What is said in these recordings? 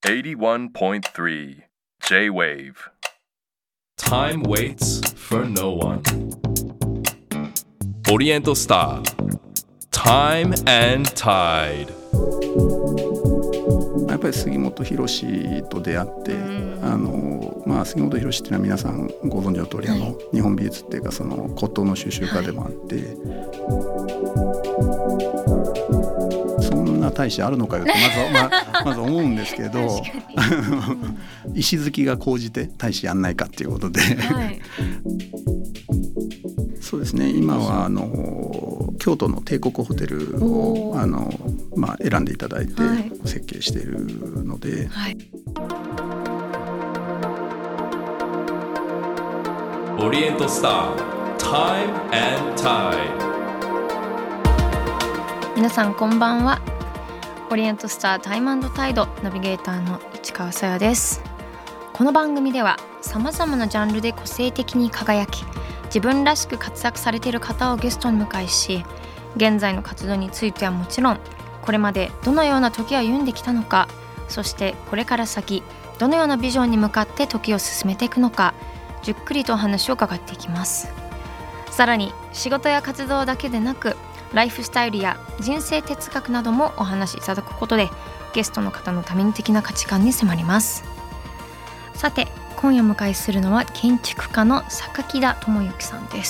81.3 J-Wave Time waits for no one. Oriental Star Time and Tide。 やっぱり杉本博司と出会って、杉本博司っていうのは皆さんご存知の通り、日本美術っていうかその骨董の収集家でもあって、そんな大使あるのかよってまず思うんですけど石好きが高じて大使やんないかっていうことで、そうですね、今は京都の帝国ホテルを選んでいただいて設計しているので、 オリエントスター Time and Tide。 皆さんこんばんは。オリエントスタータイム&タイドナビゲーターの市川さやです。この番組ではさまざまなジャンルで個性的に輝き自分らしく活躍されている方をゲストに迎えし、現在の活動についてはもちろんこれまでどのような時を歩んできたのか、そしてこれから先どのようなビジョンに向かって時を進めていくのか、じっくりとお話を伺っていきます。さらに仕事や活動だけでなくライフスタイルや人生哲学などもお話しいただくことでゲストの方の多面的な価値観に迫ります。さて今夜お迎えするのは建築家の榊田智之さんです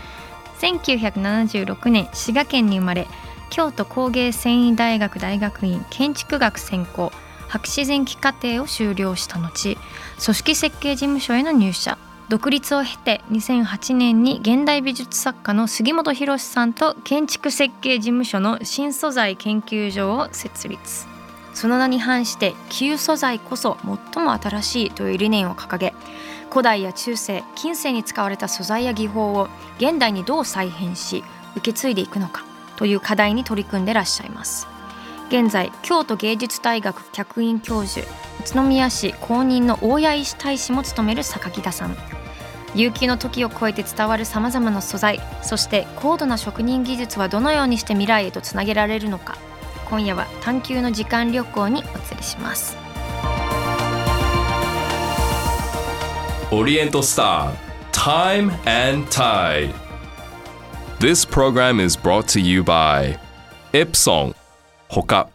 。1976年滋賀県に生まれ、京都工芸繊維大学大学院建築学専攻博士前期課程を修了した後、組織設計事務所への入社、独立を経て2008年に現代美術作家の杉本博司さんと建築設計事務所の新素材研究所を設立。その名に反して旧素材こそ最も新しいという理念を掲げ、古代や中世、近世に使われた素材や技法を現代にどう再編し受け継いでいくのかという課題に取り組んでいらっしゃいます。現在京都芸術大学客員教授、宇都宮市公認の大谷石大使も務める榊田さん。悠久の時を超えて伝わるさまざまな素材、そして高度な職人技術はどのようにして未来へとつなげられるのか、今夜は探求の時間旅行にお連れします。 オリエントスター Time and Tide。 This program is brought to you by Epson ほか。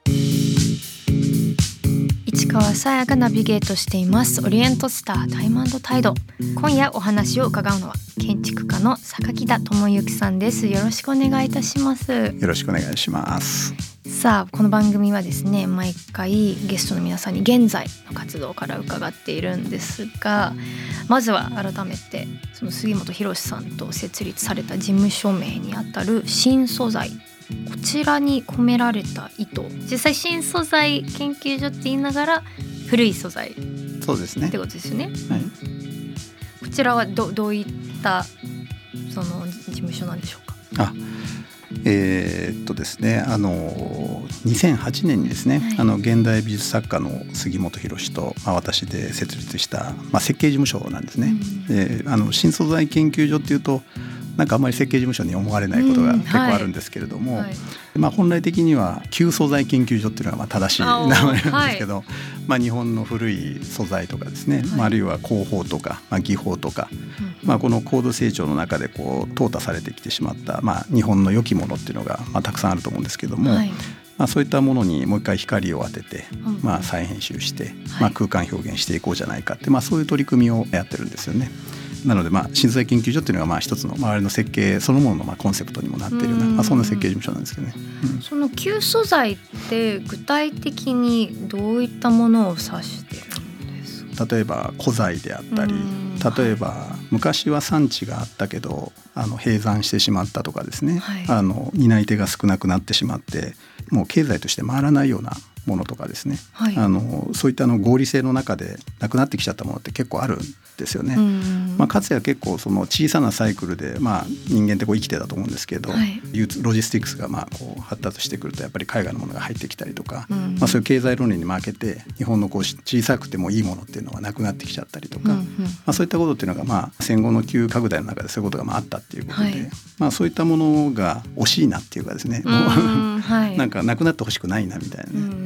市川さやがナビゲートしていますオリエントスタータイム&タイド。今夜お話を伺うのは建築家の榊田智之さんです。よろしくお願いいたします。 よろしくお願いします。 さあこの番組はですね、毎回ゲストの皆さんに現在の活動から伺っているんですが、まずは改めてその杉本博司さんと設立された事務所名にあたる新素材、こちらに込められた意図、実際新素材研究所って言いながら古い素材そうですねってことですよね。 はい、 こちらは どういったその事務所なんでしょうか。 ですね、2008年にですね、現代美術作家の杉本博司と、私で設立した、設計事務所なんですね。で新素材研究所っていうとなんかあんまり設計事務所に思われないことが結構あるんですけれども、本来的には旧素材研究所っていうのが正しい名前なんですけど、日本の古い素材とかですね、あるいは工法とか、技法とか、この高度成長の中でこう淘汰されてきてしまった、日本の良きものっていうのが、たくさんあると思うんですけども、そういったものにもう一回光を当てて、再編集して、空間表現していこうじゃないかって、そういう取り組みをやってるんですよね。なので新素材研究所っていうのが一つの周りの設計そのもののコンセプトにもなっているような、そんな設計事務所なんですけどね。 その旧素材って具体的にどういったものを指しているんですか。 例えば古材であったり、例えば昔は産地があったけど閉山してしまったとかですね、担い手が少なくなってしまってもう経済として回らないようなものとかですね、そういった合理性の中でなくなってきちゃったものって結構あるんですよね。かつては結構その小さなサイクルで、人間ってこう生きてたと思うんですけど、ロジスティックスがこう発達してくるとやっぱり海外のものが入ってきたりとか、そういう経済論理に負けて日本のこう小さくてもいいものっていうのはなくなってきちゃったりとか、そういったことっていうのが戦後の急拡大の中でそういうことがあったっていうことで、そういったものが惜しいなっていうかですね、なんかなくなってほしくないなみたいなね、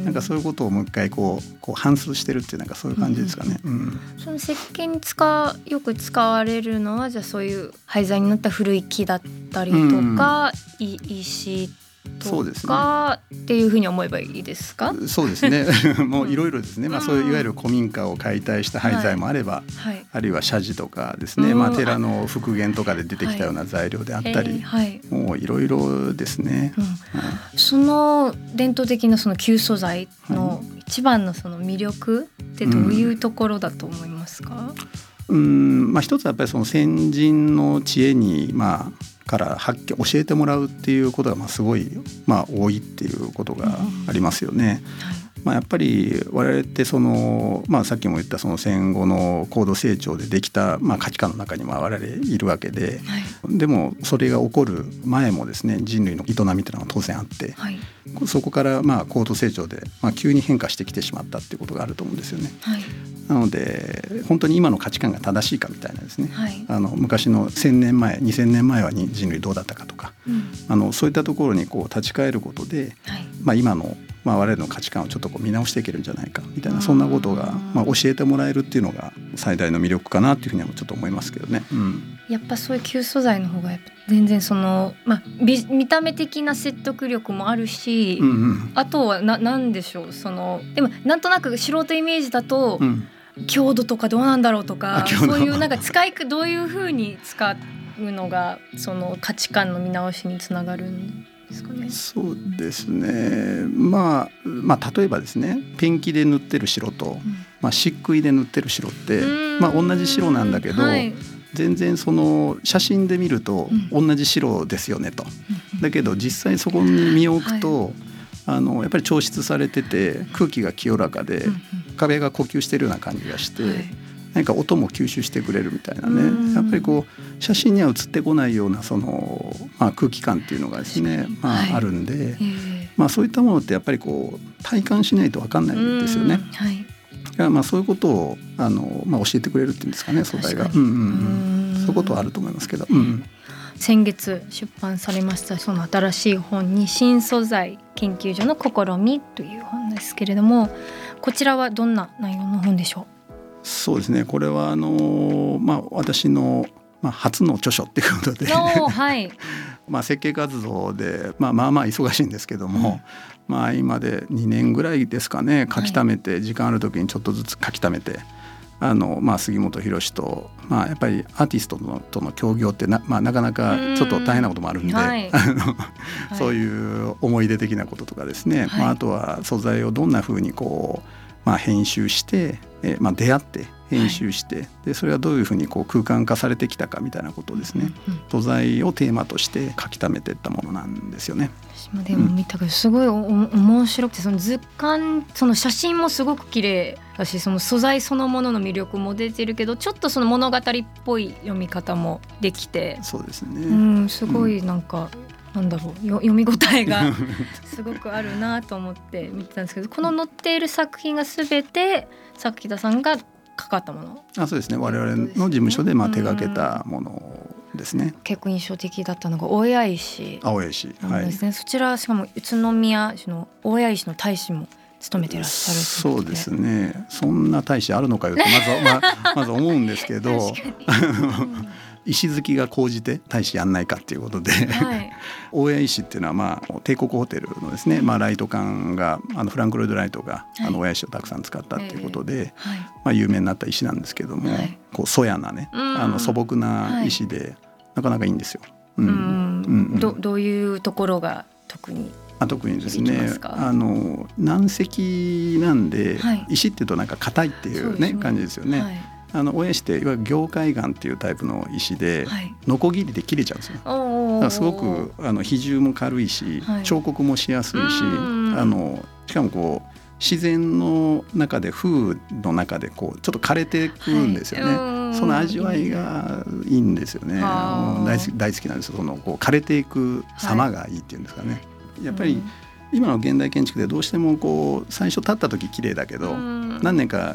なんかそういうことをもう一回こう反芻してるっていうなんかそういう感じですかね。 その石鹸によく使われるのはじゃあそういう廃材になった古い木だったりとか、石とかっていうふうに思えばいいですか？ そうですねもういろいろですね、そういういわゆる古民家を解体した廃材もあれば、あるいは社寺とかですね、寺の復元とかで出てきたような材料であったり、もういろいろですね。 その伝統的なその旧素材の一番のその魅力ってどういうところだと思いますか？ 一つはやっぱりその先人の知恵にから教えてもらうっていうことがすごい多いっていうことがありますよね。やっぱり我々ってその、さっきも言ったその戦後の高度成長でできた、価値観の中に我々いるわけで、でもそれが起こる前もですね人類の営みというのが当然あって、そこから高度成長で、急に変化してきてしまったっていうことがあると思うんですよね。なので本当に今の価値観が正しいかみたいなですね、昔の1000年前2000年前は人類どうだったかとか、そういったところにこう立ち返ることで、今の我々の価値観をちょっと見直していけるんじゃないかみたいな、そんなことが教えてもらえるっていうのが最大の魅力かなっていうふうにはちょっと思いますけどね。 やっぱそういう旧素材の方がやっぱ全然その、見た目的な説得力もあるし、あとはなんでしょう、そのでもなんとなく素人イメージだと、強度とかどうなんだろうとか、そういうなんかどういう風に使うのがその価値観の見直しにつながるんですかね。 そうですね、例えばですねペンキで塗ってる白と、漆喰で塗ってる白って、同じ白なんだけど、全然その写真で見ると同じ白ですよねと、だけど実際そこに身を置くと、やっぱり調湿されてて空気が清らかで、壁が呼吸してるような感じがして、何か音も吸収してくれるみたいなね、やっぱりこう写真には写ってこないようなその、空気感っていうのがですね、あるんで、そういったものってやっぱりこう体感しないと分かんないんですよね。そういうことを教えてくれるっていうんですかね、素材が。そういうことはあると思いますけど。 先月出版されましたその新しい本に新素材研究所の試みという本ですけれども、こちらはどんな内容の本でしょう？ そうですね、これは私の初の著書っていうことで設計活動で忙しいんですけども、今で2年ぐらいですかね、書き溜めて、時間ある時にちょっとずつ書き溜めて、杉本博と、やっぱりアーティストとの協業ってなかなかちょっと大変なこともあるんで、そういう思い出的なこととかですね、あとは素材をどんな風にこう、編集して、出会って編集して、でそれがどういうふうにこう空間化されてきたかみたいなことをですね、素材をテーマとして書き溜めていったものなんですよね。 私もでも見たけどすごい面白くて、その図鑑、その写真もすごく綺麗だし、その素材そのものの魅力も出てるけど、ちょっとその物語っぽい読み方もできて、 そうですね、 すごいなんか、なんだろう、読み応えがすごくあるなと思って見てたんですけど、この載っている作品が全て崎田さんがかかったもの？ そうですね、我々の事務所で手掛けたものですね。 結構印象的だったのが大谷石なんですね。そちらしかも宇都宮市の大谷石の大使も務めていらっしゃる。 そうですね、そんな大使あるのかよとまず思うんですけど石好きが高じて大使やんないかっていうことで、大谷石っていうのは帝国ホテルのですね、ライト館がフランク・ロイド・ライトが大谷石をたくさん使ったっていうことで、有名になった石なんですけども、こうそやなね、素朴な石でなかなかいいんですよ。 どういうところが特にですね、軟石なんで、石っていうとなんか硬いっていうね感じですよね。大谷石っていわゆる凝灰岩っていうタイプの石で、ノコギリで切れちゃうんですよ。だからすごく比重も軽いし、彫刻もしやすいし、しかもこう自然の中で、風の中でこうちょっと枯れていくんですよね。その味わいがいいんですよね。大好きなんですよ。そのこう枯れていく様がいいっていうんですかね。やっぱり今の現代建築でどうしてもこう最初建った時綺麗だけど、何年か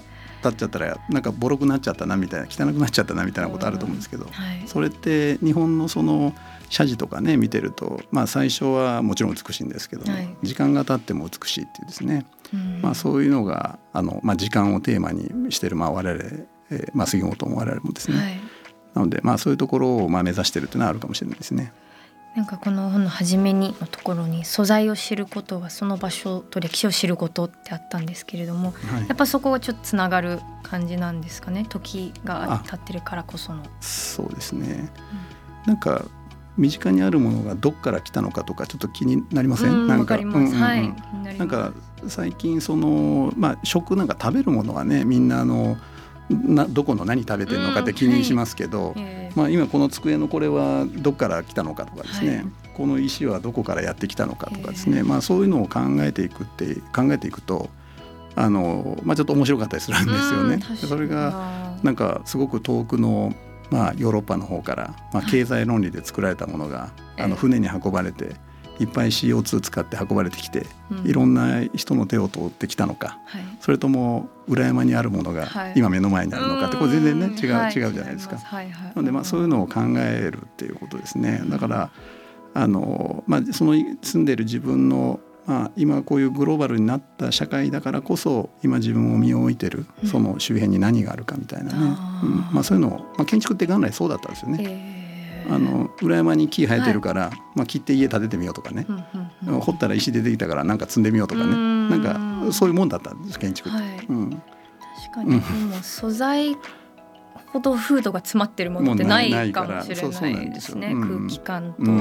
経っちゃったらなんかボロくなっちゃったなみたいな、汚くなっちゃったなみたいなことあると思うんですけど、それって日本のその社寺とかね見てると、最初はもちろん美しいんですけども、時間が経っても美しいっていうですね、そういうのが時間をテーマにしてる我々、杉本も我々もですね、なのでそういうところを目指してるっていうのはあるかもしれないですね。 なんかこの本の初めにのところに素材を知ることはその場所と歴史を知ることってあったんですけれども、やっぱそこがちょっとつながる感じなんですかね、時が経ってるからこその。 そうですね、なんか身近にあるものがどっから来たのかとかちょっと気になりません？ わかります。 なんか最近その、食なんか食べるものはねみんなどこの何食べてるのかって気にしますけど、今この机のこれはどっから来たのかとかですね、この石はどこからやってきたのかとかですね、そういうのを考えていくとちょっと面白かったりするんですよね。それがなんかすごく遠くのヨーロッパの方から、経済論理で作られたものが船に運ばれていっぱい CO2 使って運ばれてきて、いろんな人の手を通ってきたのか、それとも裏山にあるものが今目の前にあるのかって、これ全然ね違うじゃないですか。なのでそういうのを考えるっていうことですね。だからその住んでる自分の今こういうグローバルになった社会だからこそ今自分を身を置いてるその周辺に何があるかみたいなね、そういうのを、建築って元来そうだったんですよね。裏山に木生えてるから、切って家建ててみようとかね、掘ったら石出てきたからなんか積んでみようとかね、なんかそういうもんだったんです建築って。確かに、でも素材ほど風土が詰まってるものってないかもしれないですね。空気感と、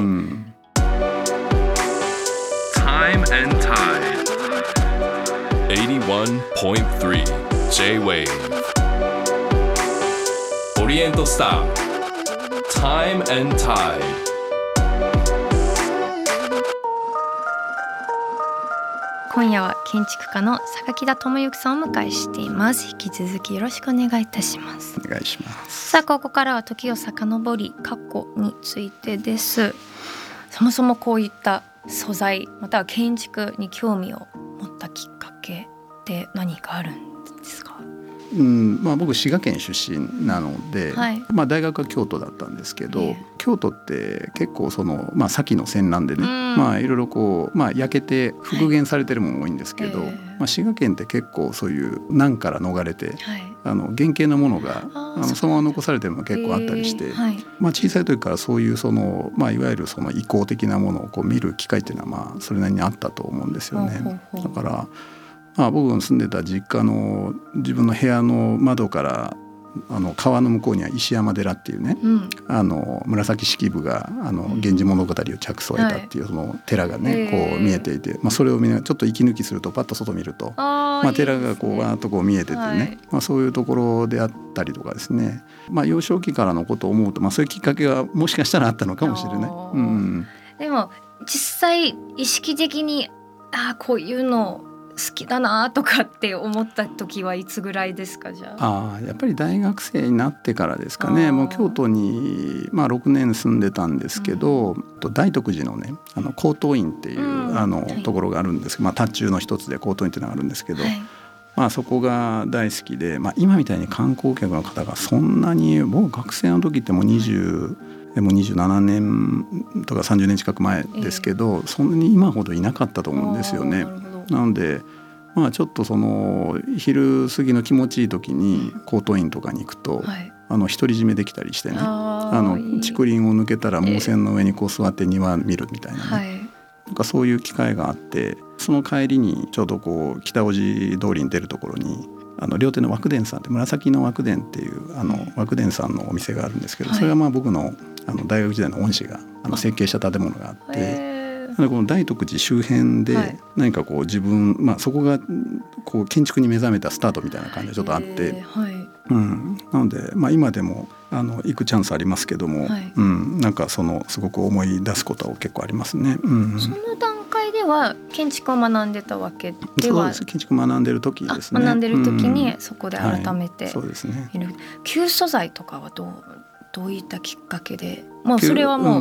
Time and Tide 81.3 J-Wave オリエントスター Time and Tide。 今夜は建築家の榊田智之さんをお迎えしています。引き続きよろしくお願いいたします。 お願いします。 さあここからは時を遡り過去についてです。そもそもこういった素材または建築に興味を持ったきっかけって何かあるんですか？ 僕滋賀県出身なので、大学は京都だったんですけど、京都って結構その、先の戦乱でね、いろいろこう、焼けて復元されてるものも多いんですけど、滋賀県って結構そういう難から逃れて、原型のものがそのまま残されてるのが結構あったりして、小さい時からそういうその、いわゆるその遺構的なものをこう見る機会っていうのはそれなりにあったと思うんですよね。だから僕が住んでた実家の自分の部屋の窓から川の向こうには石山寺っていうね、紫式部が源氏物語を着想を得たっていうその寺がね、こう見えていて、それを見ながらちょっと息抜きするとパッと外見ると寺がこうわーっとこう見えててね、そういうところであったりとかですね、幼少期からのことを思うと、そういうきっかけがもしかしたらあったのかもしれない。 でも実際意識的にこういうの好きだなとかって思った時はいつぐらいですか？じゃあやっぱり大学生になってからですかね。もう京都に、6年住んでたんですけど、大徳寺のね高等院っていうところがあるんですけど、塔中の一つで高等院っていうのがあるんですけど、そこが大好きで、今みたいに観光客の方がそんなに、僕学生の時ってもう27年とか30年近く前ですけど、そんなに今ほどいなかったと思うんですよね。なのでちょっとその昼過ぎの気持ちいい時に高等院とかに行くと、独り占めできたりしてね、竹林を抜けたら毛線の上にこう座って庭見るみたいなね、なんかそういう機会があって、その帰りにちょうどこう北大路通りに出るところに両手の和久傳さんって紫の和久伝っていう和久伝さんのお店があるんですけど、それが僕の大学時代の恩師が設計した建物があって、この大徳寺周辺で何かこう自分、そこがこう建築に目覚めたスタートみたいな感じがちょっとあって、なので、今でも行くチャンスありますけども、なんかすごく思い出すことは結構ありますね。 その段階では建築を学んでたわけでは？ そうです、建築学んでる時ですね。 学んでる時にそこで改めて、 そうですね。 旧素材とかはどういったきっかけで、それはもう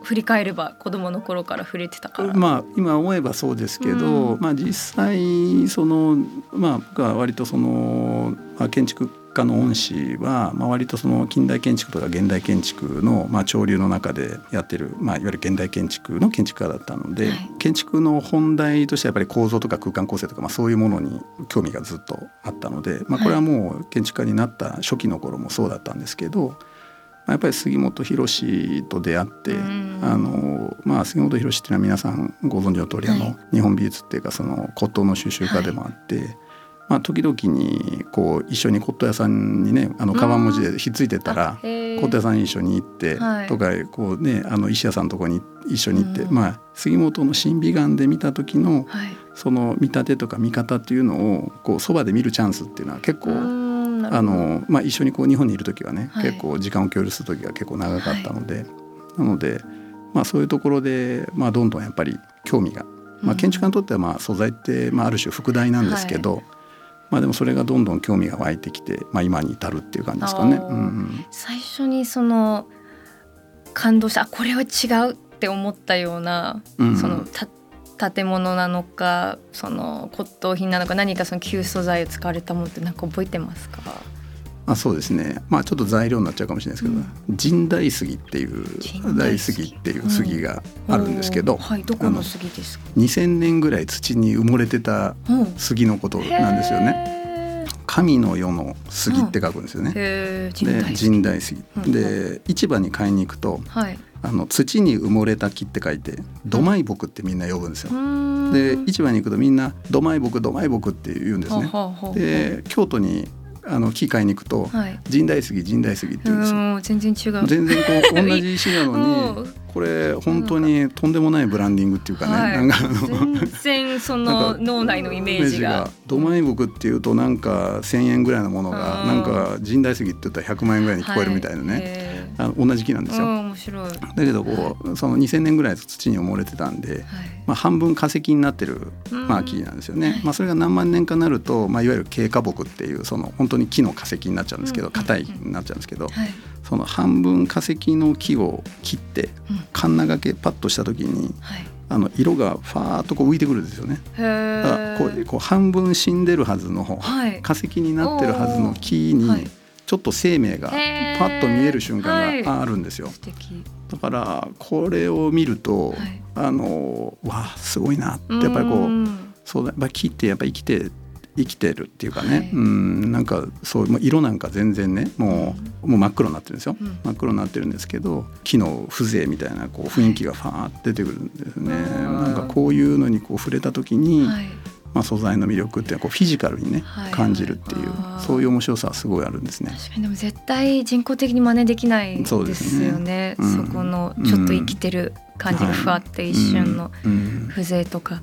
振り返れば子どもの頃から触れてたから。 今思えばそうですけど、実際僕は割と建築家の恩師は、割と近代建築とか現代建築の潮流の中でやってる、いわゆる現代建築の建築家だったので、建築の本題としてはやっぱり構造とか空間構成とか、そういうものに興味がずっとあったので、これはもう建築家になった初期の頃もそうだったんですけど、やっぱり杉本博司と出会って、杉本博司っていうのは皆さんご存知の通り、日本美術っていうか骨董の収集家でもあって、時々に一緒に骨董屋さんにねカバン文字でひっついてたら骨董屋さんに一緒に行って、とか石屋さんのとこに一緒に行って、杉本の審美眼で見た時の、その見立てとか見方っていうのをそばで見るチャンスっていうのは結構一緒に日本にいる時はね、結構時間を共有する時が結構長かったので、なのでそういうところでどんどんやっぱり興味が、建築家にとっては素材ってある種副題なんですけど、でもそれがどんどん興味が湧いてきて、今に至るっていう感じですかね。 最初に感動したこれは違うって思ったような、建物なのか骨董品なのか、何か旧素材を使われたものって何か覚えてますか？ そうですね、ちょっと材料になっちゃうかもしれないですけど、神代杉っていう大杉っていう杉があるんですけど、 どこの杉ですか ？2000年ぐらい土に埋もれてた杉のことなんですよね。神の世の杉って書くんですよね。で神代杉で市場に買いに行くと、土に埋もれた木って書いて土埋木ってみんな呼ぶんですよ。で市場に行くとみんな土埋木土埋木って言うんですね。で京都に木買いに行くと、神代杉神代杉って言うんですよ。 全然違う。 全然同じ石なのにこれ本当にとんでもないブランディングっていうかね、 全然脳内のイメージが土埋木っていうとなんか1000円ぐらいのものがなんか神代杉って言ったら100万円ぐらいに聞こえるみたいなね、同じ木なんですよ。 面白い。 だけど2000年ぐらい土に埋もれてたんで、半分化石になってる木なんですよね。それが何万年かなると、いわゆる軽化木っていう本当に木の化石になっちゃうんですけど、硬いになっちゃうんですけど、その半分化石の木を切ってカンナがけパッとした時に、色がファーッと浮いてくるんですよね。だから半分死んでるはずの化石になってるはずの木にちょっと生命がパッと見える瞬間があるんですよ。だからこれを見ると、わあすごいなってやっぱりそうだ、木ってやっぱり生きてるっていうかね、なんかそう色なんか全然ねもう真っ黒になってるんですよ。真っ黒になってるんですけど、木の風情みたいな雰囲気がファーって出てくるんですね。なんかこういうのに触れた時に、素材の魅力っていうのはフィジカルにね感じるっていう、そういう面白さはすごいあるんですね。 確かにでも絶対人工的に真似できないですよね。そこのちょっと生きてる感じがふわって一瞬の風情とか。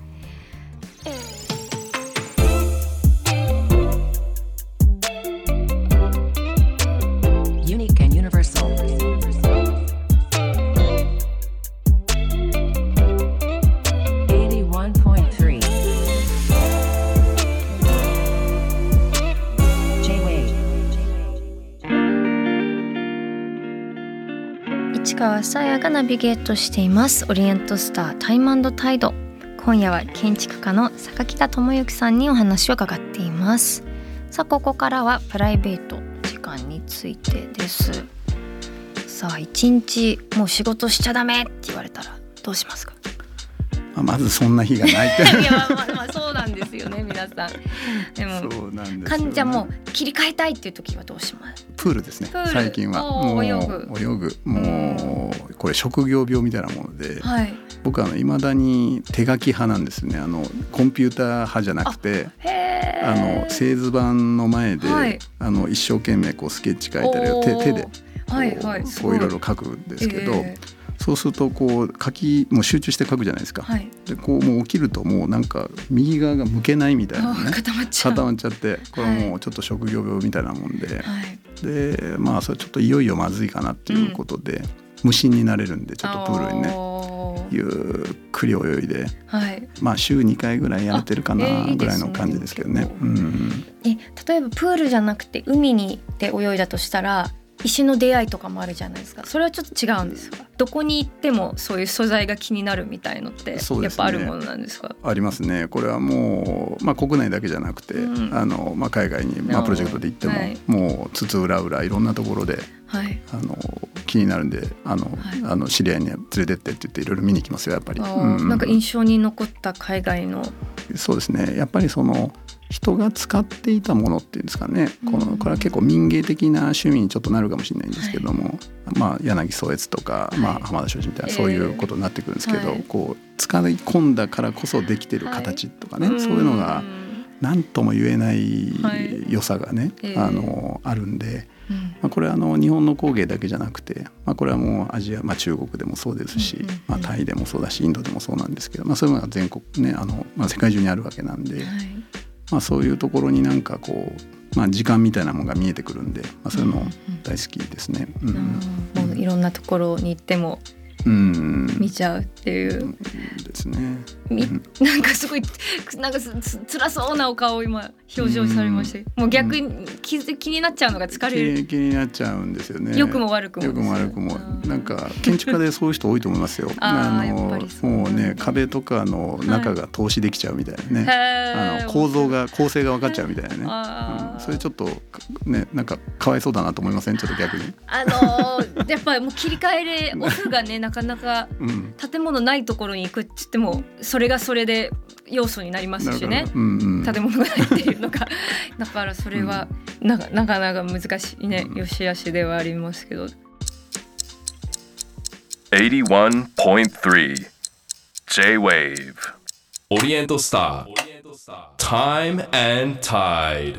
市川さやがナビゲートしていますオリエントスタータイム&タイド。今夜は建築家の榊田智之さんにお話を伺っています。さあここからはプライベート時間についてです。さあ一日もう仕事しちゃダメって言われたらどうしますか？ まずそんな日がないっていやそうなんですよね皆さん。でもそうなんですよね。 じゃあもう切り替えたいっていう時はどうします？ プールですね。最近はもう泳ぐもうこれ職業病みたいなもので、僕は未だに手書き派なんですね。コンピューター派じゃなくて製図板の前で、一生懸命スケッチ書いたり手でいろいろ書くんですけど、そうするともう集中して書くじゃないですか。でもう起きるともうなんか右側が向けないみたいなね、固まっちゃってこれはもうちょっと職業病みたいなもんで、でそれちょっといよいよまずいかなっていうことで、無心になれるんでちょっとプールにねゆっくり泳いで、週2回ぐらいやってるかなぐらいの感じですけどね。 例えばプールじゃなくて海にで泳いだとしたら石の出会いとかもあるじゃないですか。それはちょっと違うんですか？どこに行ってもそういう素材が気になるみたいのってやっぱあるものなんですか？ ありますね。これはもう、国内だけじゃなくて、海外に、プロジェクトで行っても、はい、もう津々浦々いろんなところで、はい、気になるんで知り合いに連れてってって言っていろいろ見に行きますよやっぱり。 なんか印象に残った海外の。 そうですね。やっぱりその人が使っていたものっていうんですかね、これは結構民芸的な趣味にちょっとなるかもしれないんですけども、はい、柳宗悦とか、浜田庄司みたいなそういうことになってくるんですけど、こう使い込んだからこそできてる形とかね、そういうのが何とも言えない良さがね、あるんで、これは日本の工芸だけじゃなくて、これはもうアジア、中国でもそうですし、タイでもそうだしインドでもそうなんですけど、そういうのが全国ね世界中にあるわけなんで、そういうところになんかこう、時間みたいなものが見えてくるんで、そういうの大好きですね。 もういろんなところに行っても見ちゃうっていうですね。 なんかすごいなんか辛そうなお顔を今表情されまして、もう逆に気になっちゃうのが疲れる。 気になっちゃうんですよね。 良くも悪くも。 良くも悪くも。なんか建築家でそういう人多いと思いますよ。もうね、壁とかの中が透視できちゃうみたいなね、構成が分かっちゃうみたいなね、それちょっとね、なんかかわいそうだなと思いません？ちょっと逆にやっぱりもう切り替えれオフがねなかなか建物ないところに行くって言ってもそれがそれで要素になりますしね、建物がないっていうのがだからそれはなかなか難しいね、良し悪しではありますけど。 81.3 J-Wave オリエントスター Time and Tide。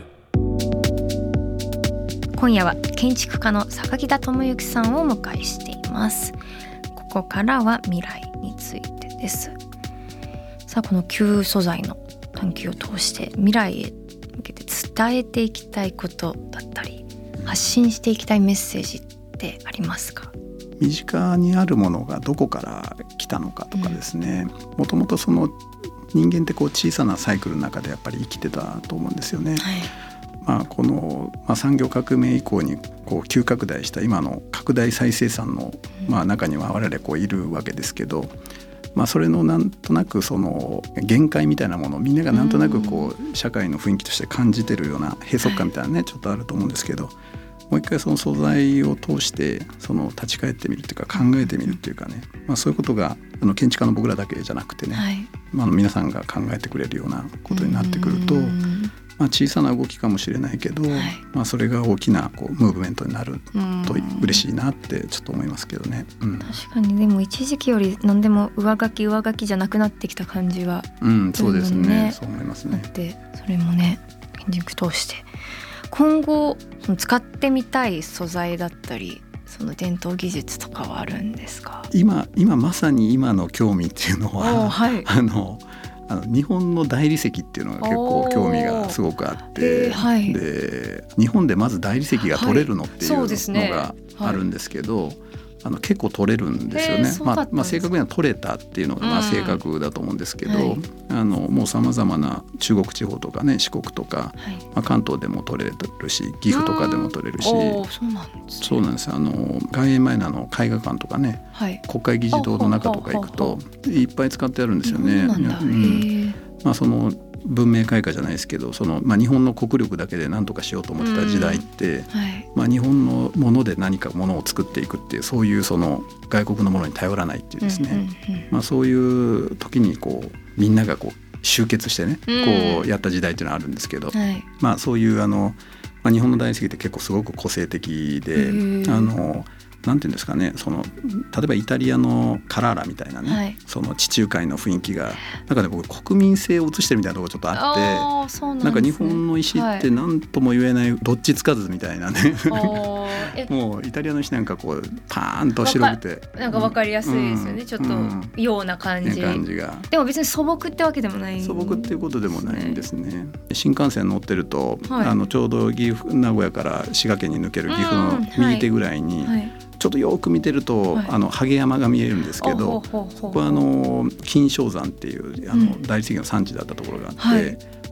今夜は建築家の榊田智之さんをお迎えしています。ここからは未来についてです。さあ、この旧素材の探求を通して未来へ向けて伝えていきたいことだったり発信していきたいメッセージってありますか？ 身近にあるものがどこから来たのかとかですね、もともとその人間ってこう小さなサイクルの中でやっぱり生きてたと思うんですよね。この、産業革命以降にこう急拡大した今の拡大再生産の、中には我々こういるわけですけど、それのなんとなくその限界みたいなものをみんながなんとなくこう社会の雰囲気として感じてるような閉塞感みたいなね、ちょっとあると思うんですけど、もう一回その素材を通してその立ち返ってみるっていうか考えてみるっていうかね、そういうことが建築家の僕らだけじゃなくてね、皆さんが考えてくれるようなことになってくると、小さな動きかもしれないけど、それが大きなこうムーブメントになると嬉しいなってちょっと思いますけどね。 確かにでも一時期より何でも上書きじゃなくなってきた感じは、 そうですね。そう思いますね。 でそれもね建築通して今後使ってみたい素材だったりその伝統技術とかはあるんですか？今まさに今の興味っていうのは、日本の大理石っていうのが結構興味がすごくあって、で日本でまず大理石が取れるのっていうのがあるんですけど、結構取れるんですよね。正確には取れたっていうのが正確だと思うんですけど、もうさまざまな中国地方とかね、四国とか、関東でも取れるし岐阜とかでも取れるし、そうなんです。外苑前の絵画館とかね、国会議事堂の中とか行くといっぱい使ってあるんですよね。その文明開化じゃないですけど、その、日本の国力だけで何とかしようと思ってた時代って、日本のもので何かものを作っていくっていう、そういうその外国のものに頼らないっていうですね、そういう時にこうみんながこう集結してね、こうやった時代っていうのはあるんですけど、そういう日本の大理石って結構すごく個性的で、なんていうんですかね、その例えばイタリアのカラーラみたいなね、その地中海の雰囲気がなんかね、僕国民性を映してるみたいなところちょっとあって、なんか日本の石って何とも言えないどっちつかずみたいなねもうイタリアの石なんかこうパーンと白くてなんか分かりやすいですよね、ちょっとような感じが。でも別に素朴ってわけでもない。 素朴っていうことでもないんですね。新幹線乗ってると、ちょうど名古屋から滋賀県に抜ける岐阜の右手ぐらいに、ちょっとよく見てると、萩山が見えるんですけど、ここは金生山っていう大理石の産地だったところがあって、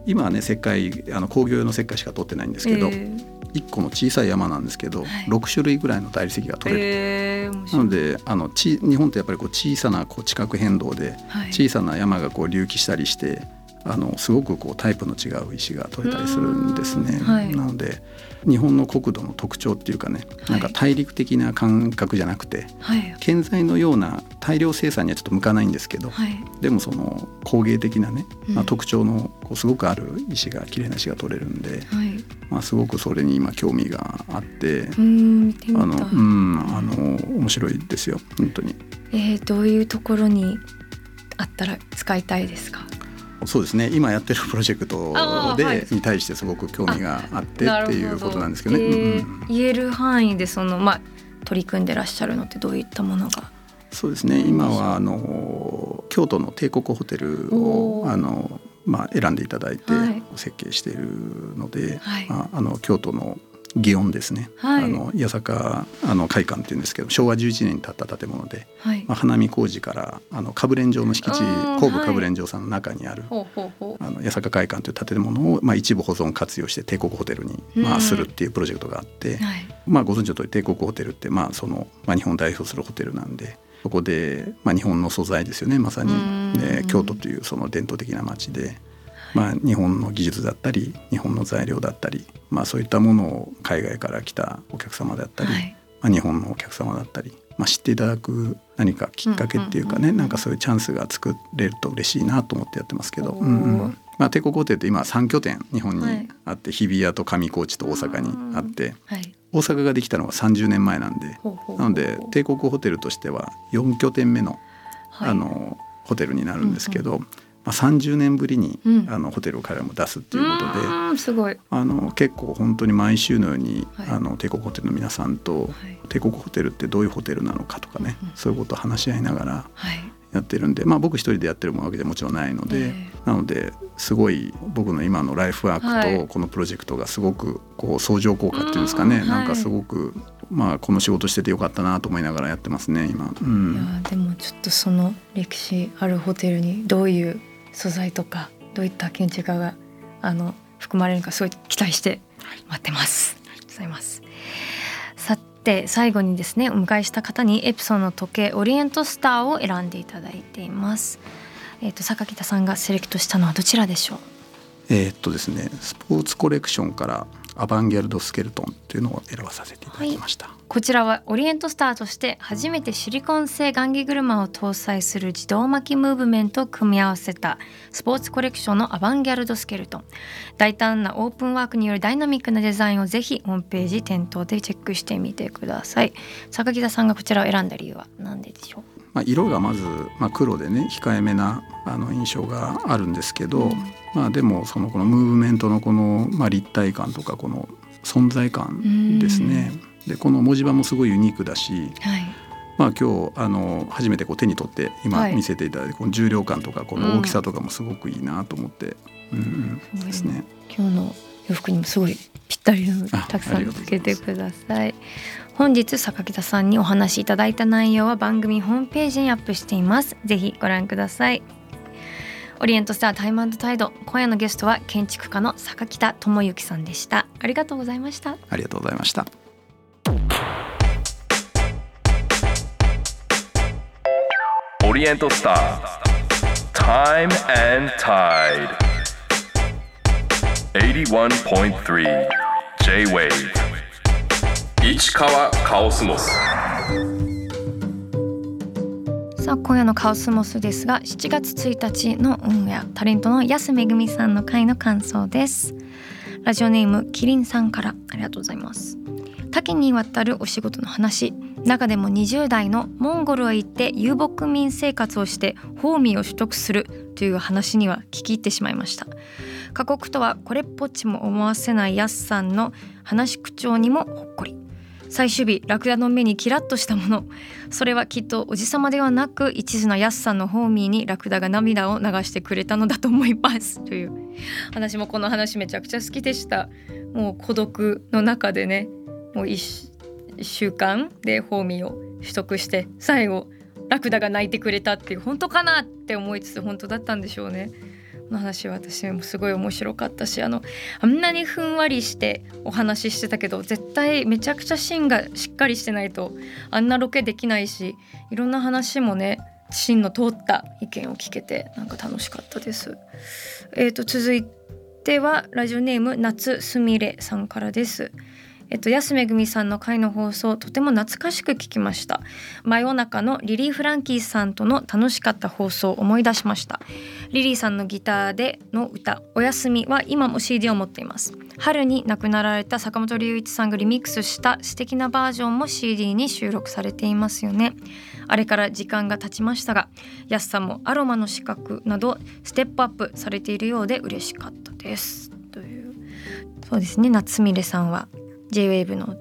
今はね石灰工業用の石灰しか取ってないんですけど、1個の小さい山なんですけど、6種類ぐらいの大理石が取れる、なので日本ってやっぱり小さな地殻変動で小さな山が隆起したりしてすごくタイプの違う石が取れたりするんですね、なので日本の国土の特徴っていうかね、なんか大陸的な感覚じゃなくて、建材のような大量生産にはちょっと向かないんですけど、でもその工芸的なね、特徴のすごくある石が綺麗な石が取れるんで、すごくそれに今興味があって、見てみたい。面白いですよ本当に。 どういうところにあったら使いたいですか？ そうですね、今やってるプロジェクトで、に対してすごく興味があってっていうことなんですけどね、 言える範囲で取り組んでらっしゃるのってどういったものが？ そうですね、今は京都の帝国ホテルを選んでいただいて設計しているので、京都の祇園ですね、八坂会館っていうんですけど、昭和11年に建った建物で、花見小路から歌舞練場の敷地、後部歌舞練場さんの中にある八坂会館という建物を一部保存活用して帝国ホテルにするっていうプロジェクトがあって、ご存知の通り帝国ホテルって日本を代表するホテルなんで、そこで日本の素材ですよね、まさに。で京都というその伝統的な街で、日本の技術だったり日本の材料だったり、そういったものを海外から来たお客様だったり、日本のお客様だったり、知っていただく何かきっかけっていうかね、なんかそういうチャンスが作れると嬉しいなと思ってやってますけど、帝国ホテルって今3拠点日本にあって、日比谷と上高地と大阪にあって、大阪ができたのが30年前なんで、なので帝国ホテルとしては4拠点目の、ホテルになるんですけど、30年ぶりに、ホテルを彼らも出すっていうことで、 すごい結構本当に毎週のように、帝国ホテルの皆さんと、帝国ホテルってどういうホテルなのかとかね、そういうことを話し合いながらやってるんで、僕一人でやってるわけでもちろんないので、なのですごい僕の今のライフワークとこのプロジェクトがすごく相乗効果っていうんですかね、なんかすごくこの仕事しててよかったなと思いながらやってますね今。 いやでもちょっとその歴史あるホテルにどういう素材とかどういった建築家が含まれるのかすごい期待して待ってます。ありがとうございます。さて最後にですね、お迎えした方にエプソンの時計オリエントスターを選んでいただいています。坂北さんがセレクトしたのはどちらでしょう？ ですね、スポーツコレクションからアバンギャルドスケルトンというのを選ばさせていただきました。 こちらはオリエントスターとして初めてシリコン製雁木車を搭載する自動巻きムーブメントを組み合わせたスポーツコレクションのアバンギャルドスケルトン。大胆なオープンワークによるダイナミックなデザインをぜひホームページ店頭でチェックしてみてください。坂北さんがこちらを選んだ理由は何でしょう？ 色がまず、黒でね控えめな印象があるんですけど、でもこのムーブメントのこの、立体感とかこの存在感ですね。でこの文字盤もすごいユニークだし、今日初めて手に取って今見せていただいて、この重量感とかこの大きさとかもすごくいいなと思って、ですね。 今日の洋服にもすごいぴったりのたくさんつけてください。本日坂北さんにお話しいただいた内容は番組ホームページにアップしています。ぜひご覧ください。オリエントスタータイム&タイド、今夜のゲストは建築家の坂北智之さんでした。ありがとうございました。 ありがとうございました。 オリエントスタータイム&タイド 81.3 J-Wave 市川カオスモス。 さあ今夜のカオスモスですが、7月1日のオンエア、タレントの安めぐみさんの回の感想です。ラジオネームキリンさんからありがとうございます。多岐にわたるお仕事の話、中でも20代のモンゴルへ行って遊牧民生活をしてホーミーを取得するという話には聞き入ってしまいました。過酷とはこれっぽっちも思わせないヤスさんの話し口調にもほっこり。最終日、ラクダの目にキラッとしたもの、それはきっとおじさまではなく一途なヤスさんのホーミーにラクダが涙を流してくれたのだと思いますという。私もこの話めちゃくちゃ好きでした。もう孤独の中でね、もう1週間でホーミーを取得して最後ラクダが泣いてくれたっていう、本当かなって思いつつ本当だったんでしょうね。 の話は私もすごい面白かったし、あんなにふんわりしてお話ししてたけど、絶対めちゃくちゃ芯がしっかりしてないとあんなロケできないし、いろんな話もね芯の通った意見を聞けてなんか楽しかったです。続いてはラジオネーム夏すみれさんからです。安めぐみさんの回の放送とても懐かしく聞きました。真夜中のリリー・フランキーさんとの楽しかった放送を思い出しました。リリーさんのギターでの歌おやすみは今も CD を持っています。春に亡くなられた坂本龍一さんがリミックスした素敵なバージョンも CD に収録されていますよね。あれから時間が経ちましたが、安さんもアロマの資格などステップアップされているようで嬉しかったですという。そうですね、夏みれさんはJ-WAVE の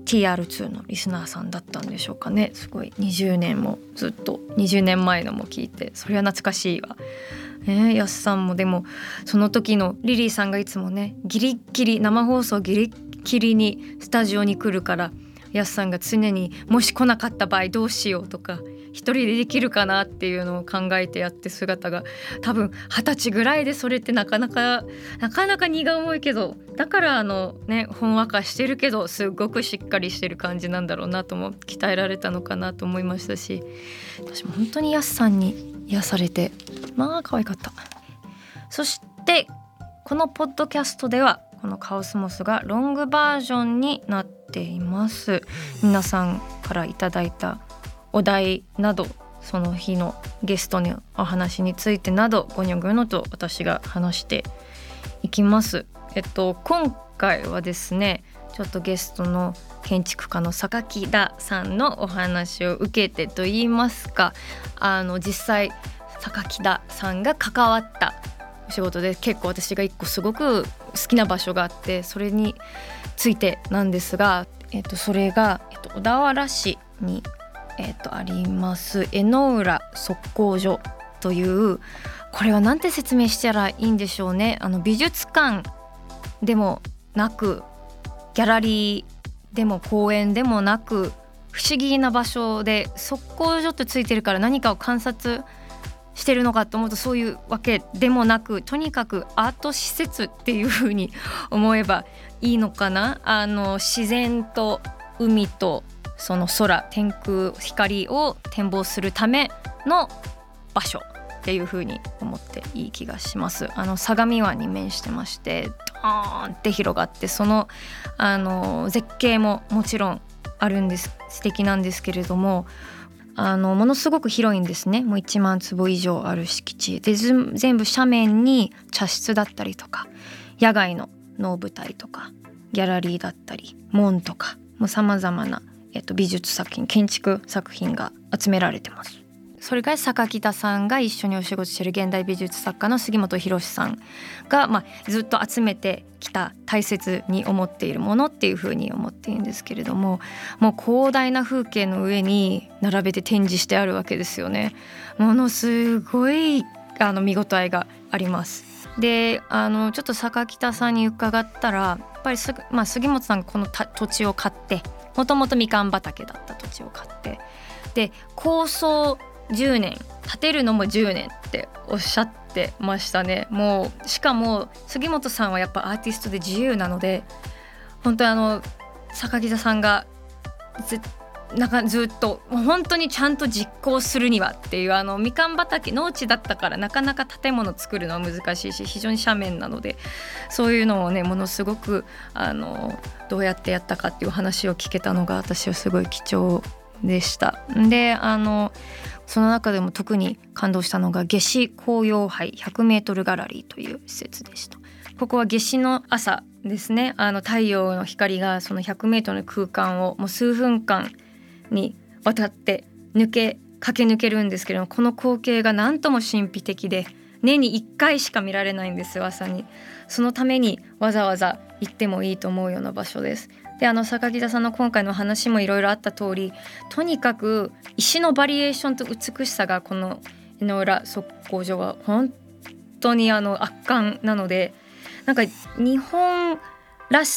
TR2 のリスナーさんだったんでしょうかね。すごい20年もずっと20年前のも聞いて、それは懐かしいわ。やすさんもでもその時のリリーさんがいつもねギリッギリ生放送ギリッギリにスタジオに来るから、やすさんが常にもし来なかった場合どうしようとか、一人でできるかなっていうのを考えてやって姿が、多分20歳ぐらいでそれってなかなか荷が重いけど、だからほんわかしてるけどすごくしっかりしてる感じなんだろうなとも鍛えられたのかなと思いましたし、私も本当にやすさんに癒されてまあ可愛かった。そしてこのポッドキャストではこのカオスモスがロングバージョンになっています。皆さんからいただいたお題など、その日のゲストのお話についてなどごにょごにょと私が話していきます。今回はですね、ちょっとゲストの建築家の榊田さんのお話を受けてといいますか、実際榊田さんが関わったお仕事で結構私が一個すごく好きな場所があって、それについてなんですが、それが、小田原市に、あります江ノ浦測候所という、これはなんて説明したらいいんでしょうね。美術館でもなくギャラリーでも公園でもなく不思議な場所で、測候所ってついてるから何かを観察してるのかと思うとそういうわけでもなく、とにかくアート施設っていう風に思えばいいのかな。自然と海とその空、天空、光を展望するための場所っていう風に思っていい気がします。相模湾に面してまして、ドーンって広がって、その、絶景ももちろんあるんです。素敵なんですけれども、ものすごく広いんですね。もう1万坪以上ある敷地で、全部斜面に茶室だったりとか野外の能舞台とかギャラリーだったり門とか、もう様々な、美術作品、建築作品が集められてます。それから榊田さんが一緒にお仕事している現代美術作家の杉本博さんが、ずっと集めてきた大切に思っているものっていうふうに思っているんですけれども、もう広大な風景の上に並べて展示してあるわけですよね。ものすごい見応えがあります。で、ちょっと榊田さんに伺ったら、やっぱり杉本さんがこの土地を買って、もともとみかん畑だった土地を買って、で構想10年建てるのも10年っておっしゃってましたね。もうしかも杉本さんはやっぱアーティストで自由なので、本当に榊田さんがずっと本当にちゃんと実行するにはっていう、みかん畑農地だったからなかなか建物作るのは難しいし、非常に斜面なので、そういうのをねものすごくどうやってやったかっていう話を聞けたのが私はすごい貴重でした。でその中でも特に感動したのが夏至紅葉杯 100m ギャラリーという施設でした。ここは夏至の朝ですね、太陽の光がその 100m の空間をもう数分間にわたって駆け抜けるんですけれども、この光景が何とも神秘的で、年に1回しか見られないんですよ、朝に。そのためにわざわざ行ってもいいと思うような場所です。で榊田さんの今回の話もいろいろあった通り、とにかく石のバリエーションと美しさがこの江ノ浦測候所は本当に圧巻なので、なんか日本らしさっ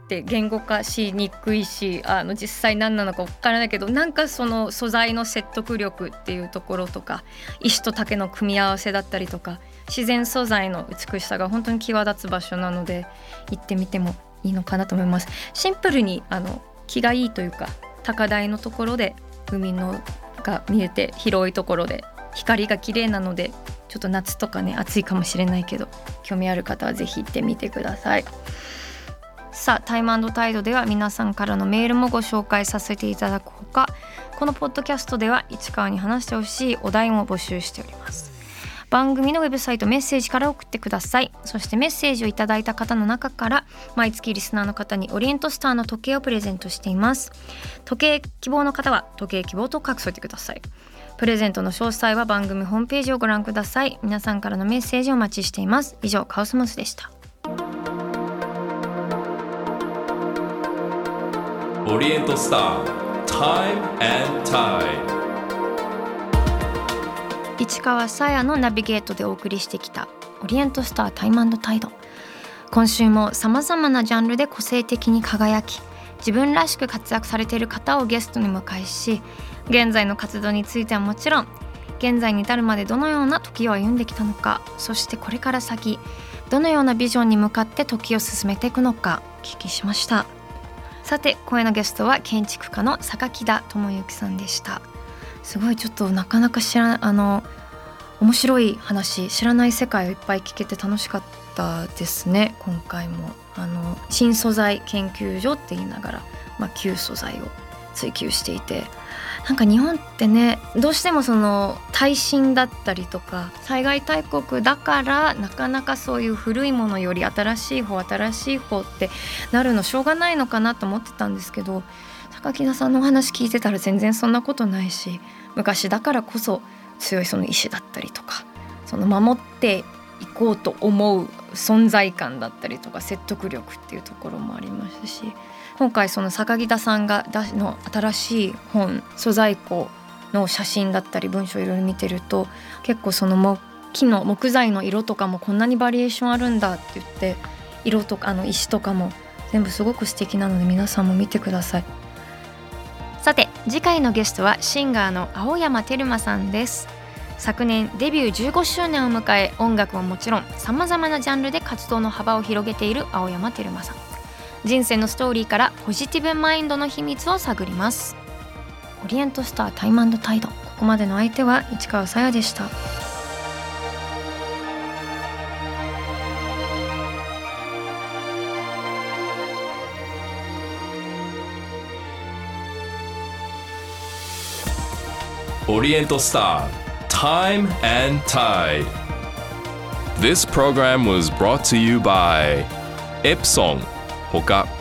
って言語化しにくいし、実際何なのか分からないけど、なんかその素材の説得力っていうところとか、石と竹の組み合わせだったりとか、自然素材の美しさが本当に際立つ場所なので、行ってみてもいいのかなと思います。シンプルに気がいいというか、高台のところで海のが見えて、広いところで光が綺麗なので、ちょっと夏とかね暑いかもしれないけど、興味ある方はぜひ行ってみてください。さあ、タイム&タイドでは皆さんからのメールもご紹介させていただくほか、このポッドキャストでは市川に話してほしいお題も募集しております。番組のウェブサイトメッセージから送ってください。そしてメッセージをいただいた方の中から毎月リスナーの方にオリエントスターの時計をプレゼントしています。時計希望の方は時計希望と書き添えてください。プレゼントの詳細は番組ホームページをご覧ください。皆さんからのメッセージをお待ちしています。以上、カオスモスでした。 オリエントスター Time and Tide、 市川さやのナビゲートでお送りしてきたオリエントスタータイム&タイド。今週もさまざまなジャンルで個性的に輝き、自分らしく活躍されている方をゲストに迎えし、現在の活動についてはもちろん、現在に至るまでどのような時を歩んできたのか、そしてこれから先どのようなビジョンに向かって時を進めていくのかお聞きしました。さて、今夜のゲストは建築家の榊田智之さんでした。すごいちょっとなかなか面白い話、知らない世界をいっぱい聞けて楽しかったですね。今回も新素材研究所って言いながら、旧素材を追求していて、なんか日本ってね、どうしてもその耐震だったりとか災害大国だから、なかなかそういう古いものより新しい方ってなるのしょうがないのかなと思ってたんですけど、榊田さんのお話聞いてたら全然そんなことないし、昔だからこそ強いその意志だったりとか、その守っていこうと思う存在感だったりとか、説得力っていうところもありますし、今回その榊田さんがの新しい本、素材庫の写真だったり文章いろいろ見てると、結構その木材の色とかもこんなにバリエーションあるんだって言って、色とか石とかも全部すごく素敵なので、皆さんも見てください。さて、次回のゲストはシンガーの青山テルマさんです。昨年デビュー15周年を迎え、音楽はもちろんさまざまなジャンルで活動の幅を広げている青山テルマさん。人生のストーリーからポジティブマインドの秘密を探ります。オリエントスタータイム&タイド、ここまでの相手は市川さやでした。 オリエントスター Time and Tide. This program was brought to you by Epson ほか